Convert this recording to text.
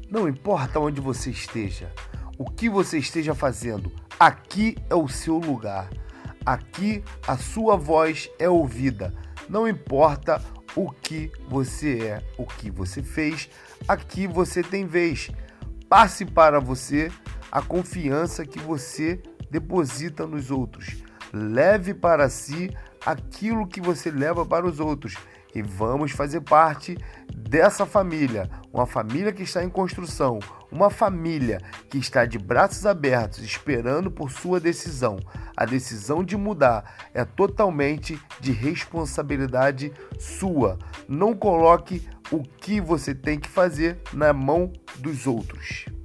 Não importa onde você esteja, o que você esteja fazendo, aqui é o seu lugar. Aqui a sua voz é ouvida. Não importa o que você é, o que você fez, aqui você tem vez. Passe para você a confiança que você deposita nos outros. Leve para si aquilo que você leva para os outros. E vamos fazer parte dessa família, uma família que está em construção, uma família que está de braços abertos esperando por sua decisão. A decisão de mudar é totalmente de responsabilidade sua. Não coloque o que você tem que fazer na mão dos outros.